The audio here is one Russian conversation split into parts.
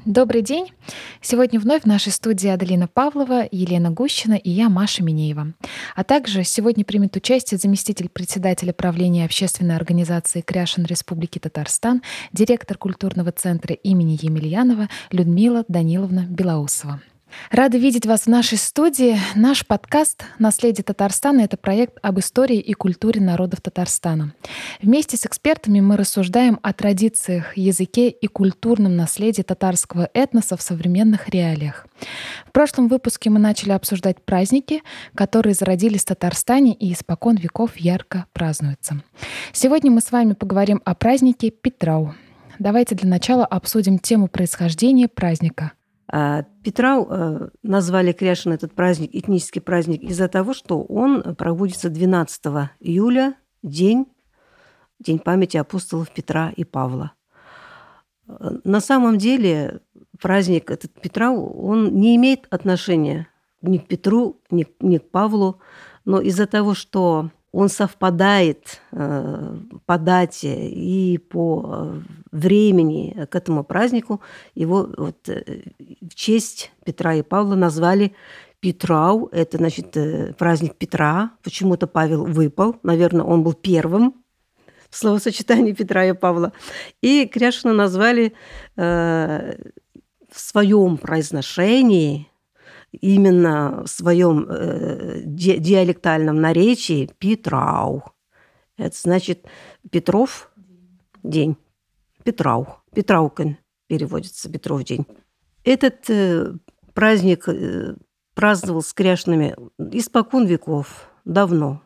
Добрый день! Сегодня вновь в нашей студии Аделина Павлова, Елена Гущина и я, Маша Минеева. А также сегодня примет участие заместитель председателя правления общественной организации «Кряшин Республики Татарстан», директор культурного центра имени Емельянова Людмила Даниловна Белоусова. Рада видеть вас в нашей студии. Наш подкаст «Наследие Татарстана» — это проект об истории и культуре народов Татарстана. Вместе с экспертами мы рассуждаем о традициях, языке и культурном наследии татарского этноса в современных реалиях. В прошлом выпуске мы начали обсуждать праздники, которые зародились в Татарстане и испокон веков ярко празднуются. Сегодня мы с вами поговорим о празднике Питрау. Давайте для начала обсудим тему происхождения праздника. Питрау назвали Кряшин этот праздник, этнический праздник, из-за того, что он проводится 12 июля, день памяти апостолов Петра и Павла. На самом деле праздник этот Питрау, он не имеет отношения ни к Петру, ни к Павлу, но из-за того, что он совпадает по дате и по времени к этому празднику, его в честь Петра и Павла назвали Питрау. Это значит праздник Петра. Почему-то Павел выпал. Наверное, он был первым в словосочетании Петра и Павла. И Кряшина назвали в своем произношении, именно в своем диалектальном наречии Питрау. Это значит Петров день. Петрау. Петраукен переводится, Петров день. Этот праздник праздновался с Кряшинами испокон веков, давно.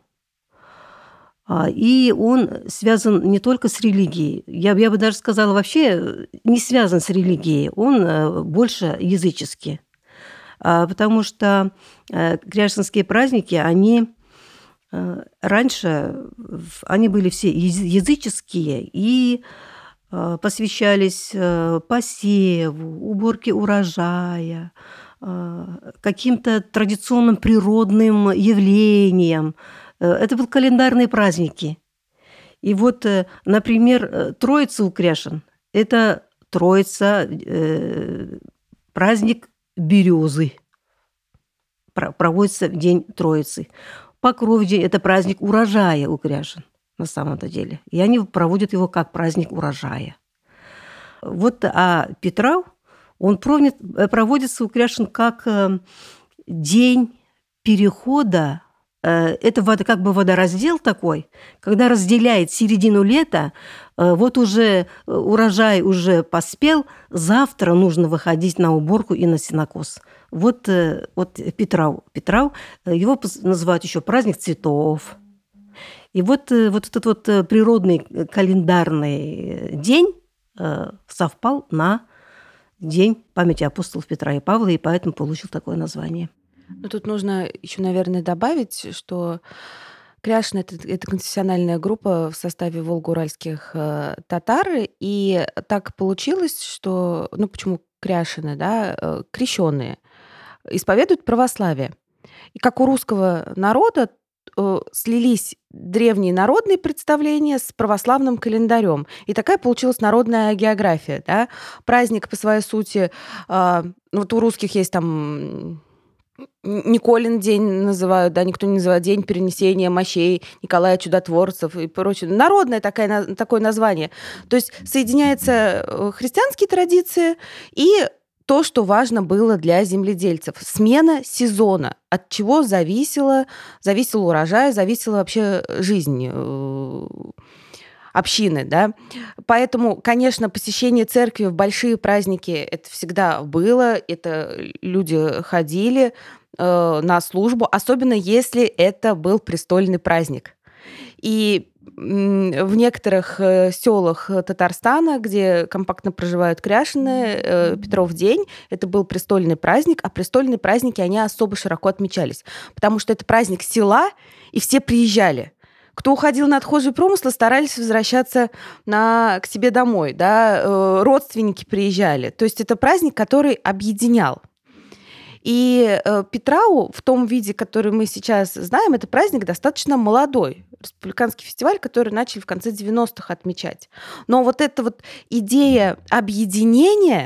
И он связан не только с религией. Я бы даже сказала, вообще не связан с религией. Он больше языческий. Потому что кряшинские праздники, они раньше они были все языческие и посвящались посеву, уборке урожая, каким-то традиционным природным явлениям. Это были календарные праздники. И вот, например, Троица у Кряшин – это Троица, праздник березы. Проводится в день Троицы. Покров день – это праздник урожая у Кряшин на самом-то деле. И они проводят его как праздник урожая. А Питрау, он проводится у Кряшин как день перехода. Это как бы водораздел такой, когда разделяет середину лета, вот уже урожай уже поспел, завтра нужно выходить на уборку и на сенокос. Вот Питрау. Питрау, его называют еще праздник цветов. И этот природный календарный день совпал на день памяти апостолов Петра и Павла, и поэтому получил такое название. Но тут нужно еще, наверное, добавить, что Кряшин — это конфессиональная группа в составе волго-уральских татар, и так получилось, что, почему Кряшины, да, крещенные, исповедуют православие. И как у русского народа слились древние народные представления с православным календарем. И такая получилась народная география. Да? Праздник по своей сути, у русских есть там Николин день называют, да, никто не называет день перенесения мощей Николая Чудотворцев и прочее. Народное такое название. То есть соединяются христианские традиции и то, что важно было для земледельцев. Смена сезона, от чего зависел урожай, зависела вообще жизнь общины, да. Поэтому, конечно, посещение церкви в большие праздники это всегда было, это люди ходили на службу, особенно если это был престольный праздник. И в некоторых селах Татарстана, где компактно проживают кряшины, Петров день, это был престольный праздник, а престольные праздники, они особо широко отмечались, потому что это праздник села, и все приезжали. Кто уходил на отхожие промыслы, старались возвращаться к себе домой, да, родственники приезжали. То есть это праздник, который объединял. И Питрау в том виде, который мы сейчас знаем, это праздник достаточно молодой. Республиканский фестиваль, который начали в конце 90-х отмечать. Но вот эта вот идея объединения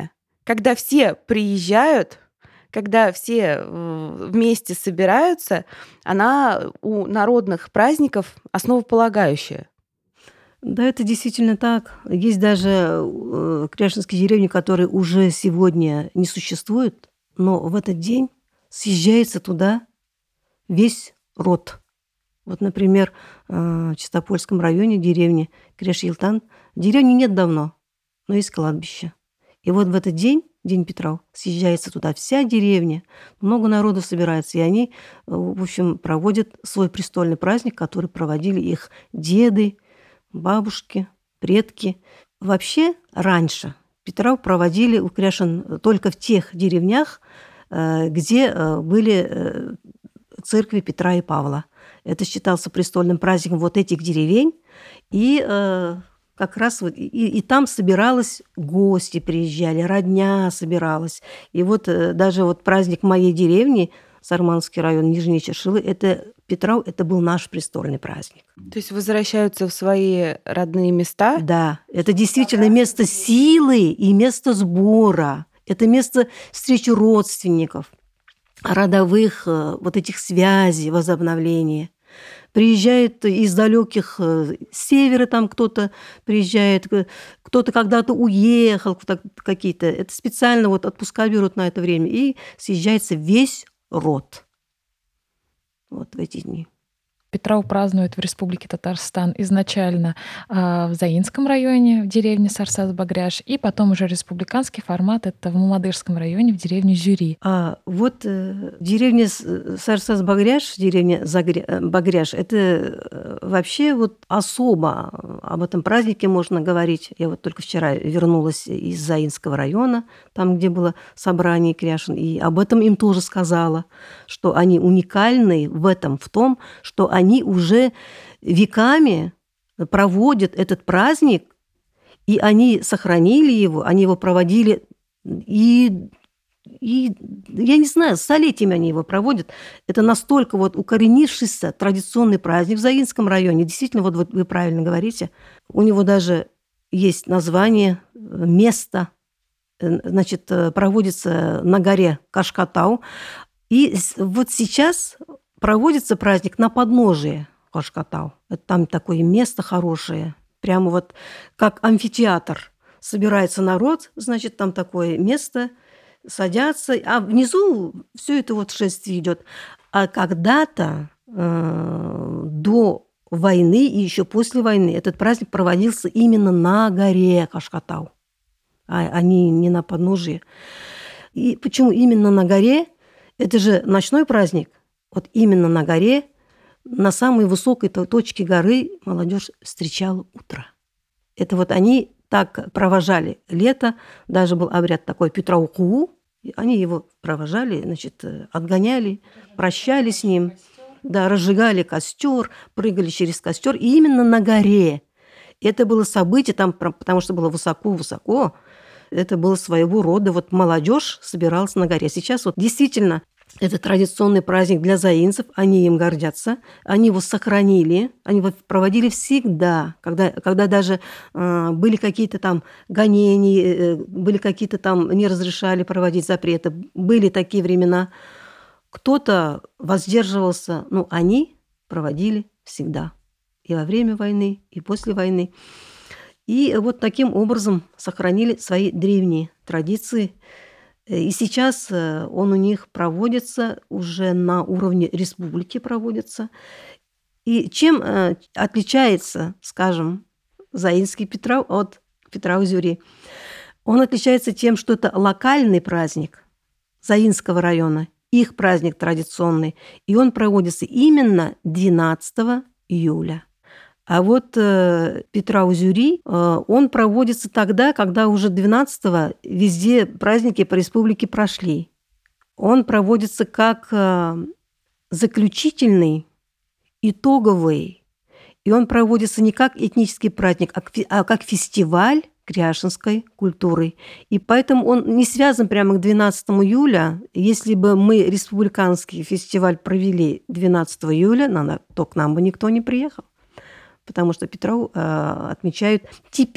когда все приезжают, когда все вместе собираются, она у народных праздников основополагающая. Да, это действительно так. Есть даже кряжинские деревни, которые уже сегодня не существуют, но в этот день съезжается туда весь род. Вот, например, в Чистопольском районе деревни Кряж-Елтан деревни нет давно, но есть кладбище. И вот в этот день, День Петров, съезжается туда вся деревня, много народу собирается, и они, в общем, проводят свой престольный праздник, который проводили их деды, бабушки, предки. Вообще раньше Петров проводили у кряжан только в тех деревнях, где были церкви Петра и Павла. Это считался престольным праздником вот этих деревень. И как раз вот, и там собиралось, гости приезжали, родня собиралась. И вот даже вот праздник моей деревни, Сарманский район, Нижние Чершилы, это Петров, это был наш престольный праздник. То есть возвращаются в свои родные места? Да, это действительно место силы и место сбора. Это место встречи родственников, родовых вот этих связей, возобновления. Приезжает из далеких с севера, там кто-то приезжает, кто-то когда-то уехал, какие-то. Это специально вот отпуска берут на это время, и съезжается весь род вот в эти дни. Петров празднуют в Республике Татарстан изначально в Заинском районе, в деревне Сарсаз-Багряж, и потом уже республиканский формат — это в Мамадышском районе, в деревне Зюри. Вот деревня Сарсаз-Багряж, деревня Багряж, это вообще вот особо об этом празднике можно говорить. Я вот только вчера вернулась из Заинского района, там, где было собрание кряжан, и об этом им тоже сказала, что они уникальны в том, что они уже веками проводят этот праздник, и они сохранили его, они его проводили, и я не знаю, столетиями они его проводят. Это настолько вот укоренившийся традиционный праздник в Заинском районе. Действительно, вот вы правильно говорите, у него даже есть название, место, значит, проводится на горе Кашкатау. И вот сейчас проводится праздник на подножии Кашкатау. Это там такое место хорошее, прямо вот как амфитеатр. Собирается народ, значит, там такое место, садятся, а внизу все это вот шествие идет. А когда-то до войны и еще после войны этот праздник проводился именно на горе Кашкатау, а не на подножии. И почему именно на горе? Это же ночной праздник. Вот именно на горе, на самой высокой точке горы молодежь встречала утро. Это вот они так провожали лето, даже был обряд такой Петраукуу, они его провожали, значит, отгоняли, прощались с ним, да, разжигали костер, прыгали через костер, и именно на горе. Это было событие там, потому что было высоко-высоко, это было своего рода, вот молодежь собиралась на горе. Сейчас вот действительно это традиционный праздник для заинцев, они им гордятся, они его сохранили, они его проводили всегда, когда даже были какие-то там гонения, были какие-то там, не разрешали проводить запреты, были такие времена. Кто-то воздерживался, но они проводили всегда, и во время войны, и после войны. И вот таким образом сохранили свои древние традиции. И сейчас он у них проводится, уже на уровне республики проводится. И чем отличается, скажем, Заинский Петров от Петрова-Зюри? Он отличается тем, что это локальный праздник Заинского района, их праздник традиционный, и он проводится именно 12 июля. А вот Петров-Зюри, он проводится тогда, когда уже 12-го везде праздники по республике прошли. Он проводится как заключительный, итоговый. И он проводится не как этнический праздник, а как фестиваль кряжинской культуры. И поэтому он не связан прямо к 12 июля. Если бы мы республиканский фестиваль провели 12 июля, то к нам бы никто не приехал. Потому что Петров отмечают теперь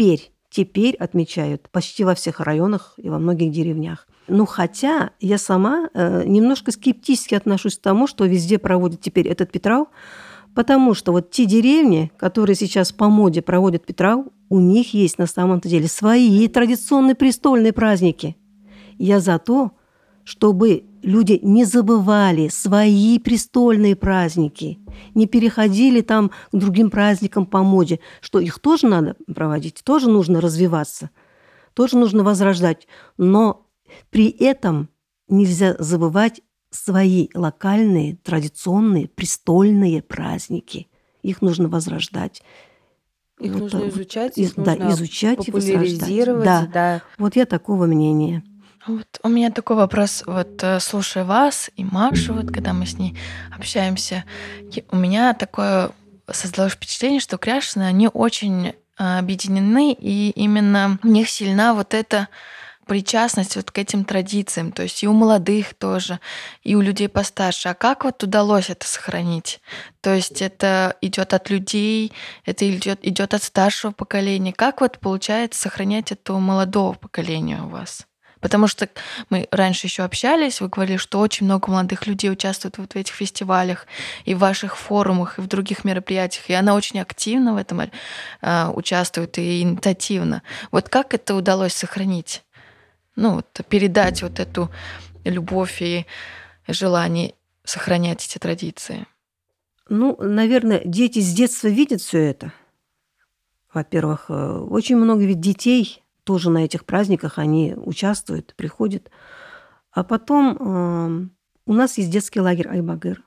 теперь отмечают почти во всех районах и во многих деревнях. Ну, хотя я сама немножко скептически отношусь к тому, что везде проводят теперь этот Петрау, потому что вот те деревни, которые сейчас по моде проводят Петрау, у них есть на самом-то деле свои традиционные престольные праздники. Я за то, чтобы люди не забывали свои престольные праздники, не переходили там к другим праздникам по моде, что их тоже надо проводить, тоже нужно развиваться, тоже нужно возрождать, но при этом нельзя забывать свои локальные, традиционные, престольные праздники. Их нужно возрождать. Их Вот, нужно изучать, да, их нужно изучать и популяризировать. возрождать. Да. Вот я такого мнения. Вот у меня такой вопрос, вот слушая вас и Машу, вот когда мы с ней общаемся, у меня такое создалось впечатление, что Кряшины, они очень объединены, и именно в них сильна вот эта причастность вот к этим традициям, то есть и у молодых тоже, и у людей постарше. А как вот удалось это сохранить? То есть это идет от людей, это идет от старшего поколения. Как вот получается сохранять это у молодого поколения у вас? Потому что мы раньше еще общались, вы говорили, что очень много молодых людей участвуют вот в этих фестивалях и в ваших форумах, и в других мероприятиях, и она очень активно в этом участвует и инициативно. Вот как это удалось сохранить? Ну, вот, передать вот эту любовь и желание сохранять эти традиции? Ну, наверное, дети с детства видят все это. Во-первых, очень много ведь детей тоже на этих праздниках, они участвуют, приходят. А потом у нас есть детский лагерь Айбагыр,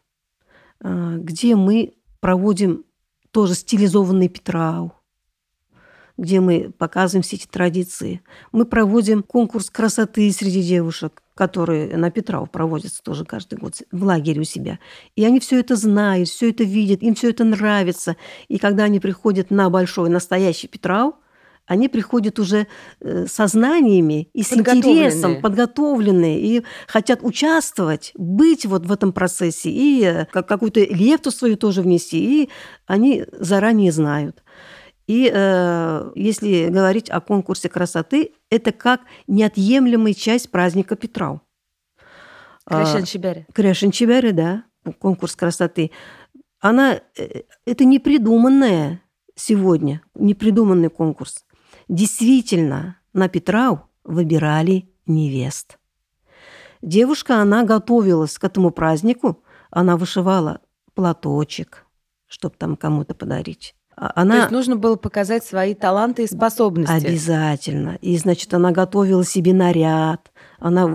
где мы проводим тоже стилизованный Петрау, где мы показываем все эти традиции. Мы проводим конкурс красоты среди девушек, которые на Петрау проводятся тоже каждый год в лагере у себя. И они все это знают, все это видят, им все это нравится. И когда они приходят на большой настоящий Петрау, они приходят уже со знаниями и с интересом, подготовленные, и хотят участвовать, быть вот в этом процессе, и какую-то лепту свою тоже внести, и они заранее знают. И если говорить о конкурсе красоты, это как неотъемлемая часть праздника Петрау. Кряшен-Чибяре. Кряшен-Чибяре, да, конкурс красоты. Это не придуманное сегодня, не придуманный конкурс. Действительно, на Петрау выбирали невест. Девушка, она готовилась к этому празднику, она вышивала платочек, чтобы там кому-то подарить. То есть нужно было показать свои таланты и способности. Обязательно. И, значит, она готовила себе наряд, она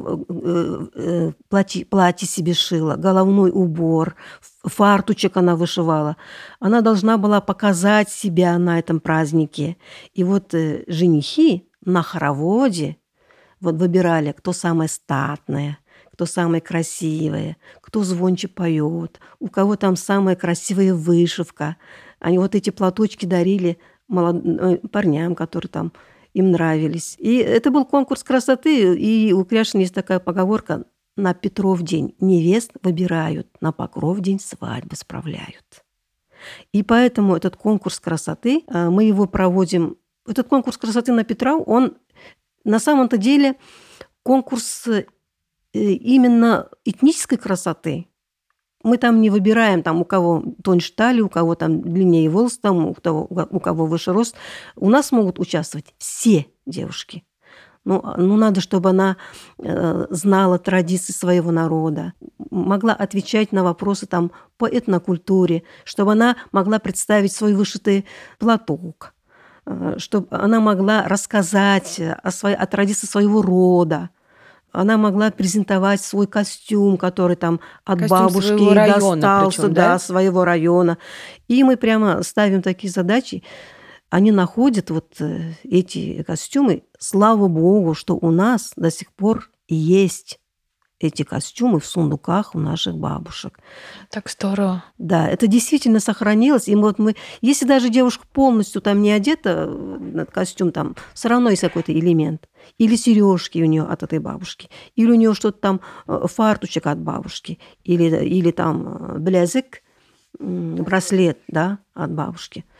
платье себе шила, головной убор, фартучек она вышивала. Она должна была показать себя на этом празднике. И вот женихи на хороводе вот выбирали, кто самая статная, кто самая красивая, кто звонче поет, у кого там самая красивая вышивка. Они вот эти платочки дарили парням, которые там им нравились. И это был конкурс красоты. И у Кряшин есть такая поговорка: на Петров день невест выбирают, на Покров день свадьбы справляют. И поэтому этот конкурс красоты, мы его проводим. Этот конкурс красоты на Петрау, он на самом-то деле конкурс именно этнической красоты. Мы там не выбираем, там, у кого тоньше талия, у кого там длиннее волос, там, у кого выше рост. У нас могут участвовать все девушки. Ну, надо, чтобы она знала традиции своего народа, могла отвечать на вопросы там, по этнокультуре, чтобы она могла представить свой вышитый платок, чтобы она могла рассказать о традиции своего рода. Она могла презентовать свой костюм, который там от бабушки достался, причем, да, своего района. И мы прямо ставим такие задачи. Они находят вот эти костюмы. Слава богу, что у нас до сих пор есть эти костюмы в сундуках у наших бабушек. Так здорово. Да, это действительно сохранилось. И вот если даже девушка полностью там не одета, костюм там, все равно есть какой-то элемент. Или сережки у нее от этой бабушки, или у нее что-то там, фартучек от бабушки, или там блязик, браслет, да, от бабушки.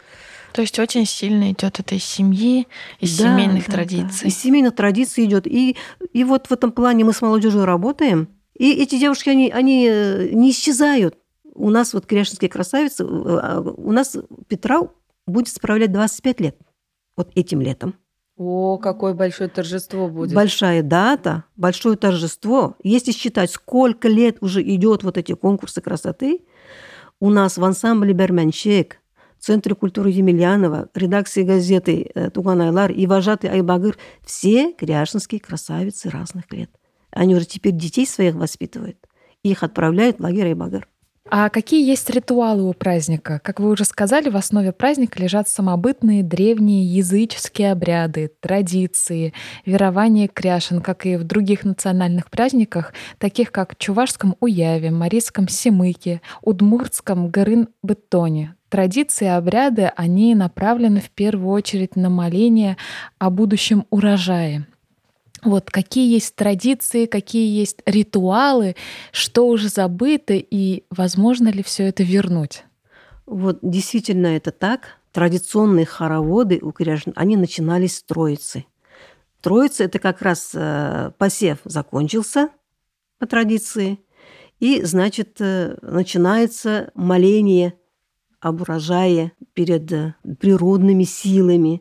То есть очень сильно идет это из семьи, из семейных традиций. Из семейных традиций идет. И вот в этом плане мы с молодежью работаем. И эти девушки, они не исчезают. У нас вот кряшинские красавицы, у нас Петрау будет справлять 25 лет. Вот этим летом. О, какое большое торжество будет. Большая дата, большое торжество. Если считать, сколько лет уже идет вот эти конкурсы красоты, у нас в ансамбле «Берменщик», в Центре культуры Емельянова, редакции газеты «Туган Айлар» и вожатый Айбагыр все кряшинские красавицы разных лет. Они уже теперь детей своих воспитывают. И их отправляют в лагерь Айбагыр. А какие есть ритуалы у праздника? Как вы уже сказали, в основе праздника лежат самобытные древние языческие обряды, традиции, верования кряшин, как и в других национальных праздниках, таких как чувашском Уяве, марийском Семыке, удмуртском Гырын-Беттоне. Традиции и обряды, они направлены в первую очередь на моление о будущем урожае. Вот какие есть традиции, какие есть ритуалы, что уже забыто и возможно ли все это вернуть? Вот действительно это так. Традиционные хороводы у кряжин, они начинались с Троицы. Троица – это как раз посев закончился по традиции, и, значит, начинается моление об урожае перед природными силами.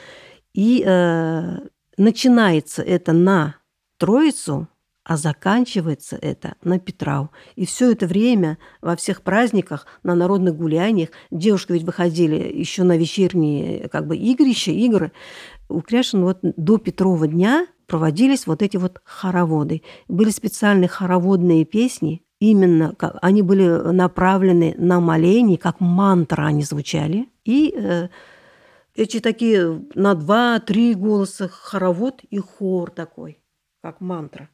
И начинается это на Троицу, а заканчивается это на Петрау. И все это время во всех праздниках, на народных гуляниях, девушки ведь выходили еще на вечерние игры. У кряшин вот до Петрова дня проводились вот эти вот хороводы. Были специальные хороводные песни, именно они были направлены на моление, как мантра они звучали. И эти такие на 2-3 голоса хоровод и хор такой, как мантра.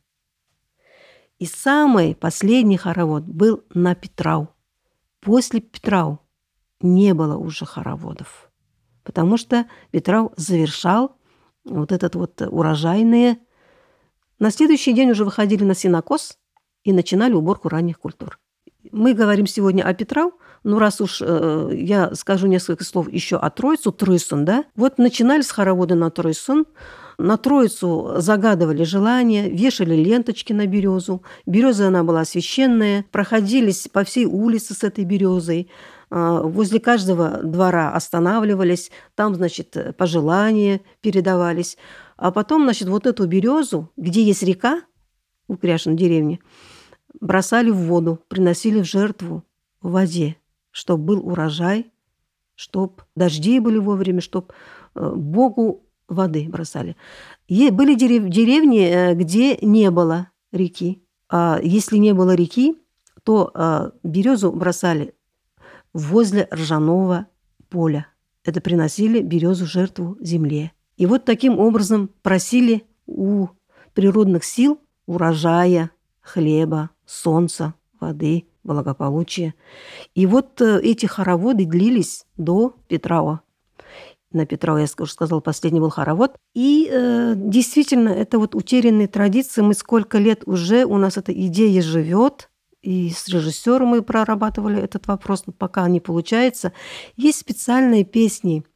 И самый последний хоровод был на Петрау. После Петрау не было уже хороводов, потому что Петрау завершал вот этот вот урожайные. На следующий день уже выходили на сенокос и начинали уборку ранних культур. Мы говорим сегодня о Петрау, но раз уж я скажу несколько слов еще о Троицу, Тройсун, да? Вот начинались хороводы на Тройсун. На Троицу загадывали желания, вешали ленточки на березу. Береза она была священная, проходились по всей улице с этой березой. Возле каждого двора останавливались, там, значит, пожелания передавались. А потом, значит, вот эту березу, где есть река, у Кряшин деревни, бросали в воду, приносили в жертву в воде, чтобы был урожай, чтобы дожди были вовремя, чтобы Богу воды бросали. И были деревни, где не было реки. А если не было реки, то березу бросали возле ржаного поля. Это приносили березу в жертву земле. И вот таким образом просили у природных сил урожая, хлеба, солнца, воды, благополучия. И вот эти хороводы длились до Петрова. На Петрова, я уже сказала, последний был хоровод. И действительно, это вот утерянные традиции. Мы сколько лет уже, у нас эта идея живет. И с режиссером мы прорабатывали этот вопрос, но пока не получается. Есть специальные песни,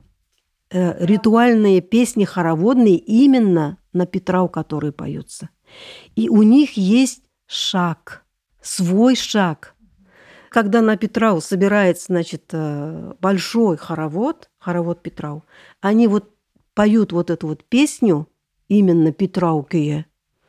ритуальные песни хороводные именно на Петрау, которые поются. И у них есть шаг, свой шаг. Когда на Петрау собирается, значит, большой хоровод Петрау, они вот поют вот эту вот песню, именно Петраукие,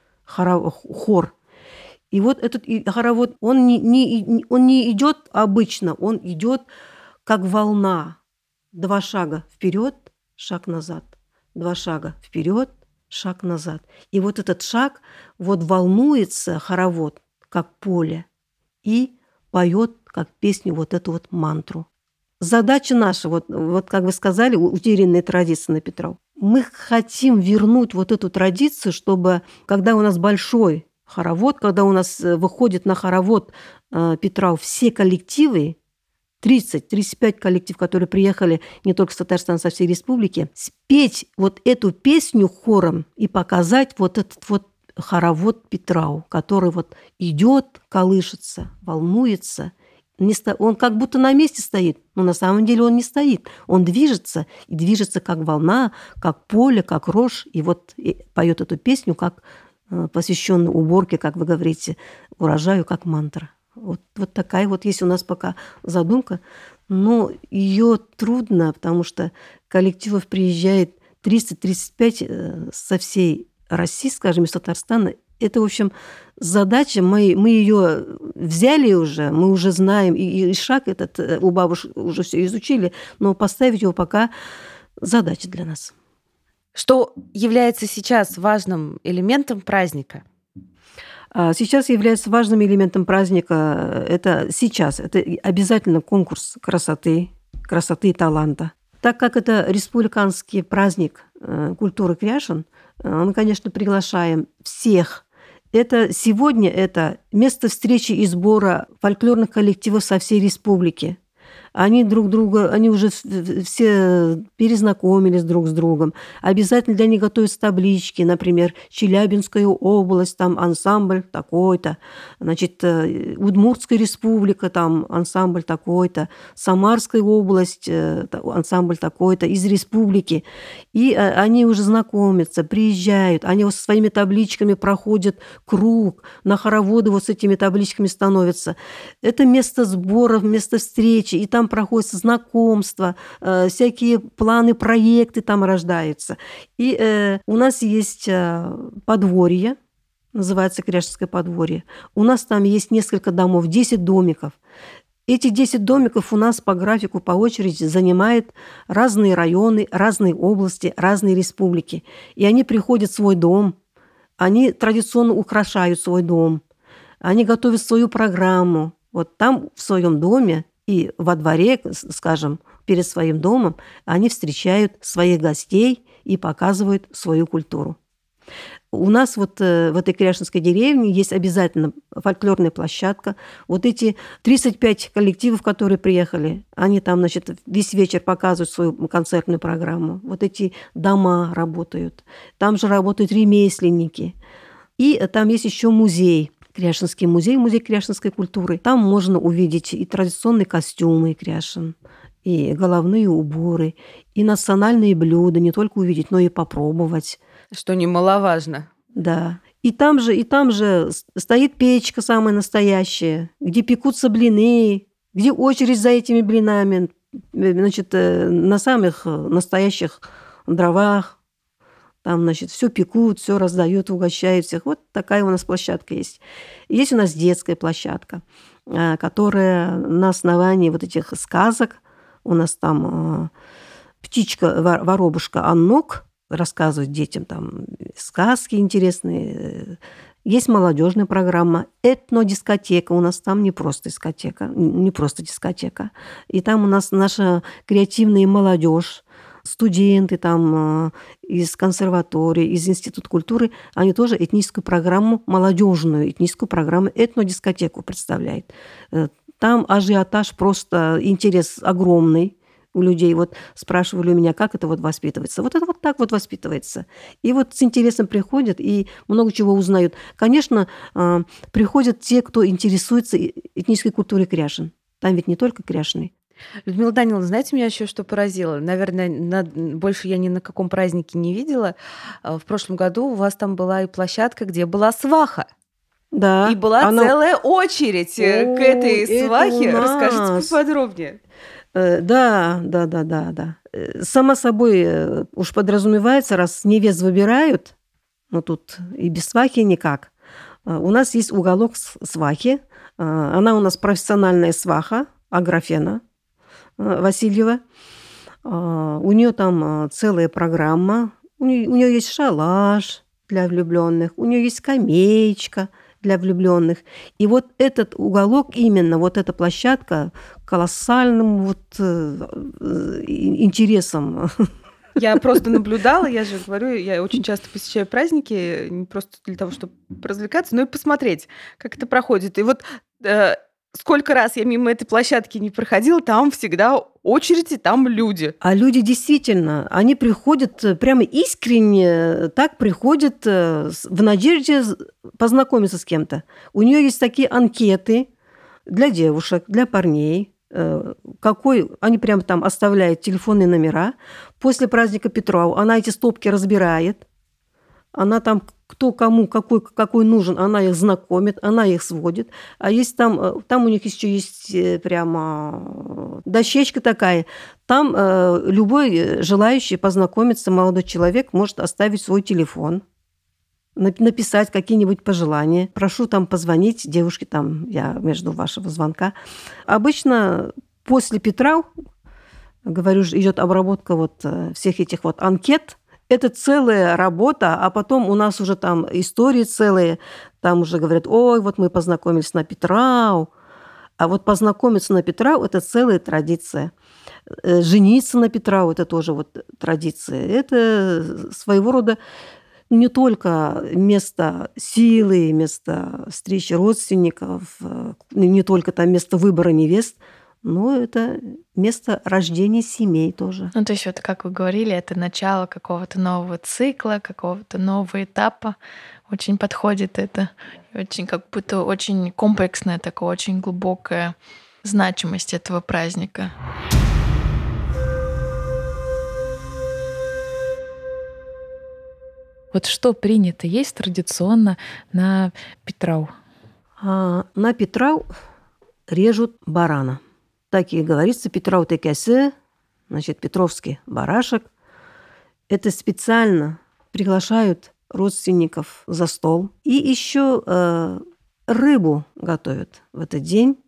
хор. И вот этот хоровод, он не идет обычно, он идет как волна. 2 шага вперед, шаг назад, 2 шага вперед, шаг назад. И вот этот шаг вот волнуется хоровод, как поле, и поет, как песню, вот эту вот мантру. Задача наша, вот как вы сказали, утерянные традиции на Петрау. Мы хотим вернуть вот эту традицию, чтобы, когда у нас большой хоровод, когда у нас выходит на хоровод Петрау все коллективы, 30-35 коллективов, которые приехали не только с Татарстана, со всей республики, спеть вот эту песню хором и показать вот этот вот хоровод Петрау, который вот идет, колышется, волнуется, Он как будто на месте стоит, но на самом деле он не стоит. Он движется, и движется как волна, как поле, как рожь. И вот поет эту песню, как посвященную уборке, как вы говорите, урожаю, как мантра. Вот такая вот есть у нас пока задумка. Но ее трудно, потому что коллективов приезжает 30-35 со всей России, скажем, из Татарстана. Это, в общем, задача, мы ее взяли уже, мы уже знаем, и шаг этот у бабушек уже все изучили, но поставить его пока задача для нас. Что является сейчас важным элементом праздника? Сейчас является важным элементом праздника, это обязательно конкурс красоты и таланта. Так как это республиканский праздник культуры Кряшин, мы, конечно, приглашаем всех. Сегодня это место встречи и сбора фольклорных коллективов со всей республики. Они уже все перезнакомились друг с другом. Обязательно для них готовятся таблички, например, Челябинская область, там ансамбль такой-то, значит, Удмуртская республика, там ансамбль такой-то, Самарская область, ансамбль такой-то, из республики. И они уже знакомятся, приезжают, они вот со своими табличками проходят круг, на хороводы вот с этими табличками становятся. Это место сборов, место встречи, и там проходят знакомства, всякие планы, проекты там рождаются. И у нас есть подворье, называется Кряшинское подворье. У нас там есть несколько домов, 10 домиков. Эти 10 домиков у нас по графику, по очереди занимают разные районы, разные области, разные республики. И они приходят в свой дом, они традиционно украшают свой дом, они готовят свою программу. Вот там в своем доме и во дворе, скажем, перед своим домом, они встречают своих гостей и показывают свою культуру. У нас вот в этой Кряшинской деревне есть обязательно фольклорная площадка. Вот эти 35 коллективов, которые приехали, они там, значит, весь вечер показывают свою концертную программу. Вот эти дома работают. Там же работают ремесленники. И там есть еще музей. Кряшинский музей Кряшинской культуры. Там можно увидеть и традиционные костюмы Кряшин, и головные уборы, и национальные блюда, не только увидеть, но и попробовать. Что немаловажно. Да. И там же стоит печка самая настоящая, где пекутся блины, где очередь за этими блинами, значит, на самых настоящих дровах. Там, значит, все пекут, все раздают, угощают всех. Вот такая у нас площадка есть. Есть у нас детская площадка, которая на основании вот этих сказок, у нас там птичка-воробушка Аннок рассказывает детям там сказки интересные. Есть молодежная программа, этнодискотека. У нас там не просто дискотека. И там у нас наша креативная молодежь, студенты там из консерватории, из Института культуры, они тоже этническую программу, молодежную этническую программу, этнодискотеку представляют. Там ажиотаж, просто интерес огромный у людей. Вот спрашивали у меня, как это вот воспитывается. Вот это вот так вот воспитывается. И вот с интересом приходят и много чего узнают. Конечно, приходят те, кто интересуется этнической культурой Кряшин. Там ведь не только Кряшины. Людмила Даниловна, знаете, меня еще что поразило? Наверное, больше я ни на каком празднике не видела. В прошлом году у вас там была и площадка, где была сваха. Да. И была целая очередь к этой свахе. Расскажите поподробнее. Да. Само собой, уж подразумевается, раз невест выбирают, но тут и без свахи никак. У нас есть уголок свахи. Она у нас профессиональная сваха, Аграфена Васильева. У нее там целая программа. У нее есть шалаш для влюбленных, у нее есть скамеечка для влюбленных. И вот этот уголок, именно вот эта площадка, колоссальным интересом. Я просто наблюдала, я же говорю, я очень часто посещаю праздники, не просто для того, чтобы развлекаться, но и посмотреть, как это проходит. И вот сколько раз я мимо этой площадки не проходила, там всегда очереди, там люди. А люди действительно, они приходят прямо искренне, так приходят в надежде познакомиться с кем-то. У нее есть такие анкеты, для девушек, для парней, они прямо там оставляют телефонные номера. После праздника Петрова она эти стопки разбирает, она там кто кому какой нужен, она их знакомит, она их сводит. А есть там у них еще есть прямо дощечка такая. Там любой желающий познакомиться молодой человек может оставить свой телефон, написать какие-нибудь пожелания. Прошу там позвонить девушке, там я между вашего звонка. Обычно после Петра, говорю, идет обработка вот всех этих вот анкет. Это целая работа, а потом у нас уже там истории целые. Там уже говорят, ой, вот мы познакомились на Петрау. А вот познакомиться на Петрау – это целая традиция. Жениться на Петрау – это тоже вот традиция. Это своего рода не только место силы, место встречи родственников, не только там место выбора невест, но это место рождения семей тоже. Ну, то есть вот, как вы говорили, это начало какого-то нового цикла, какого-то нового этапа. Очень подходит это. Очень как будто очень комплексная такая, очень глубокая значимость этого праздника. Вот что принято есть традиционно на Петрау? На Петрау режут барана. Так и говорится, Петрау текесе, значит, петровский барашек. Это специально приглашают родственников за стол. И еще рыбу готовят в этот день.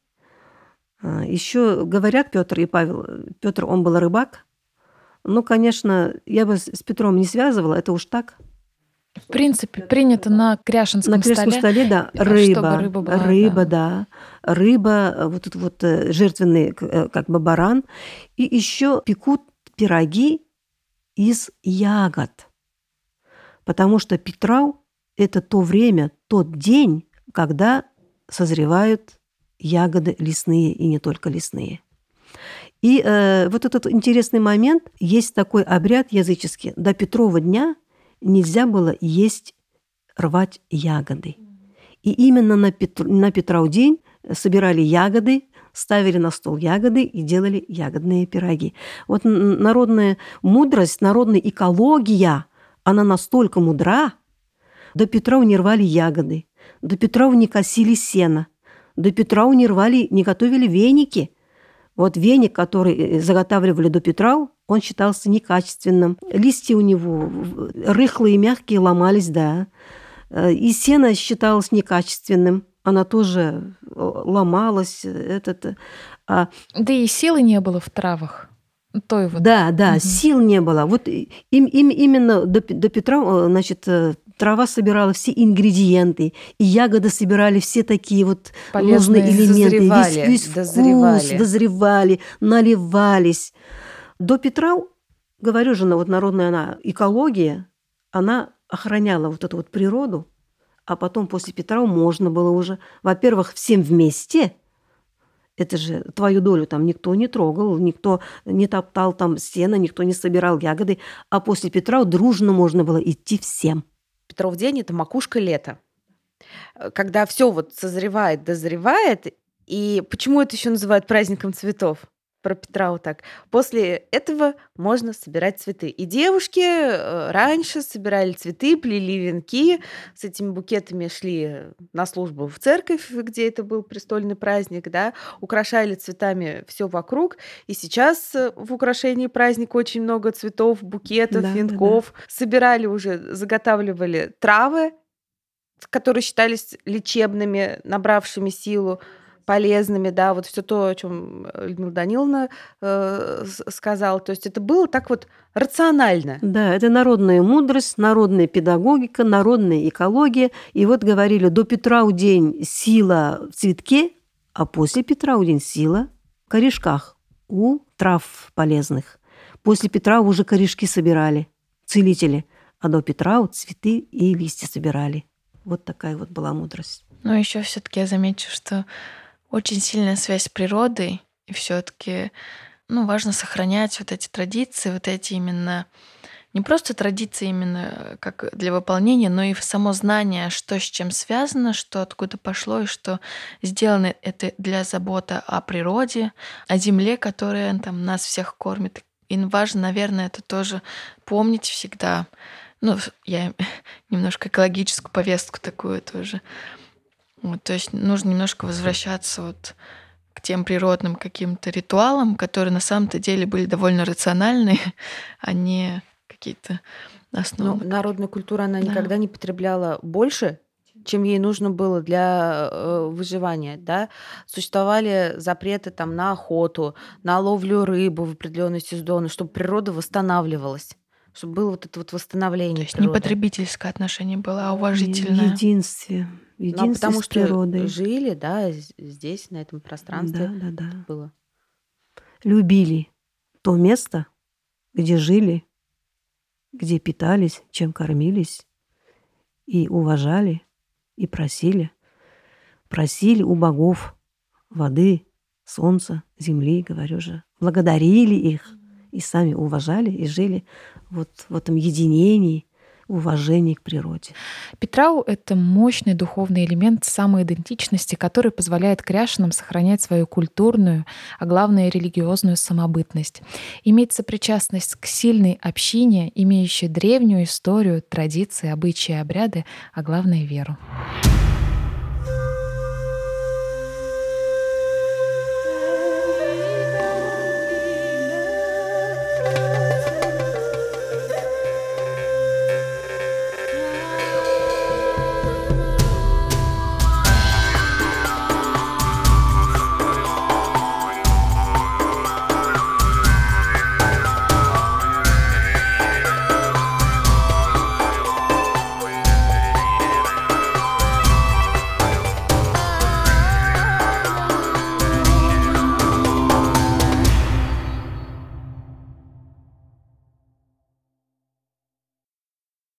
Еще говорят Петр и Павел. Петр, он был рыбак. Ну, конечно, я бы с Петром не связывала, это уж так. В принципе, принято на Кряшенском столе, да, рыба, да. Рыба, вот тут вот жертвенный как бы баран. И еще пекут пироги из ягод. Потому что Петрау – это то время, тот день, когда созревают ягоды лесные и не только лесные. И вот этот интересный момент, есть такой обряд языческий. До Петрова дня нельзя было рвать ягоды. И именно на Петров день собирали ягоды, ставили на стол ягоды и делали ягодные пироги. Вот народная мудрость, народная экология, она настолько мудра. До Петрова не рвали ягоды, до Петрова не косили сено, до Петрова не готовили веники. Вот веник, который заготавливали до Петрова, он считался некачественным. Листья у него рыхлые и мягкие ломались, да. И сено считалось некачественным. Она тоже ломалась. Да и силы не было в травах. Той вот. Да, сил не было. Вот именно до Петра, значит, трава собирала все ингредиенты, и ягоды собирали все такие вот полезные нужные элементы. Весь вкус, дозревали, наливались. До Петра, говорю же, вот народная экология, она охраняла вот эту вот природу, а потом после Петра можно было уже, во-первых, всем вместе. Это же твою долю там никто не трогал, никто не топтал там сено, никто не собирал ягоды. А после Петра дружно можно было идти всем. Петров день – это макушка лета. Когда все вот созревает, дозревает. И почему это еще называют праздником цветов? Про Петра вот так. После этого можно собирать цветы. И девушки раньше собирали цветы, плели венки, с этими букетами шли на службу в церковь, где это был престольный праздник, да, украшали цветами все вокруг. И сейчас в украшении праздника очень много цветов, букетов, венков. Да. Собирали уже, заготавливали травы, которые считались лечебными, набравшими силу, полезными, да, вот все то, о чем Людмила Даниловна сказала. То есть это было так вот рационально. Да, это народная мудрость, народная педагогика, народная экология. И вот говорили, до Петра у день сила в цветке, а после Петра у день сила в корешках у трав полезных. После Петра уже корешки собирали целители, а до Петра цветы и листья собирали. Вот такая вот была мудрость. Но еще все-таки я замечу, что очень сильная связь с природой, и все-таки важно сохранять вот эти традиции, вот эти именно не просто традиции именно как для выполнения, но и само знание, что с чем связано, что откуда пошло, и что сделано это для заботы о природе, о земле, которая там нас всех кормит. И важно, наверное, это тоже помнить всегда. Ну, я немножко экологическую повестку такую тоже. Вот, то есть нужно немножко возвращаться вот к тем природным каким-то ритуалам, которые на самом-то деле были довольно рациональные, а не какие-то Но основы. народная культура, она Да. никогда не потребляла больше, чем ей нужно было для выживания, да. Существовали запреты там на охоту, на ловлю рыбы в определенные сезоны, чтобы природа восстанавливалась, чтобы было вот это вот То восстановление есть не природы. потребительское отношение было, а В уважительное. единстве. В Ну, а единстве потому с что природой. жили, да, здесь, на этом пространстве Да, да, да. было. Любили то место, где жили, где питались, чем кормились, и уважали, и просили. Просили у богов воды, солнца, земли, говорю же. Благодарили их и сами уважали, и жили вот в этом единении, уважении к природе. Петрау — это мощный духовный элемент самоидентичности, который позволяет кряшенам сохранять свою культурную, а главное — религиозную самобытность. Иметь сопричастность к сильной общине, имеющей древнюю историю, традиции, обычаи, обряды, а главное — веру.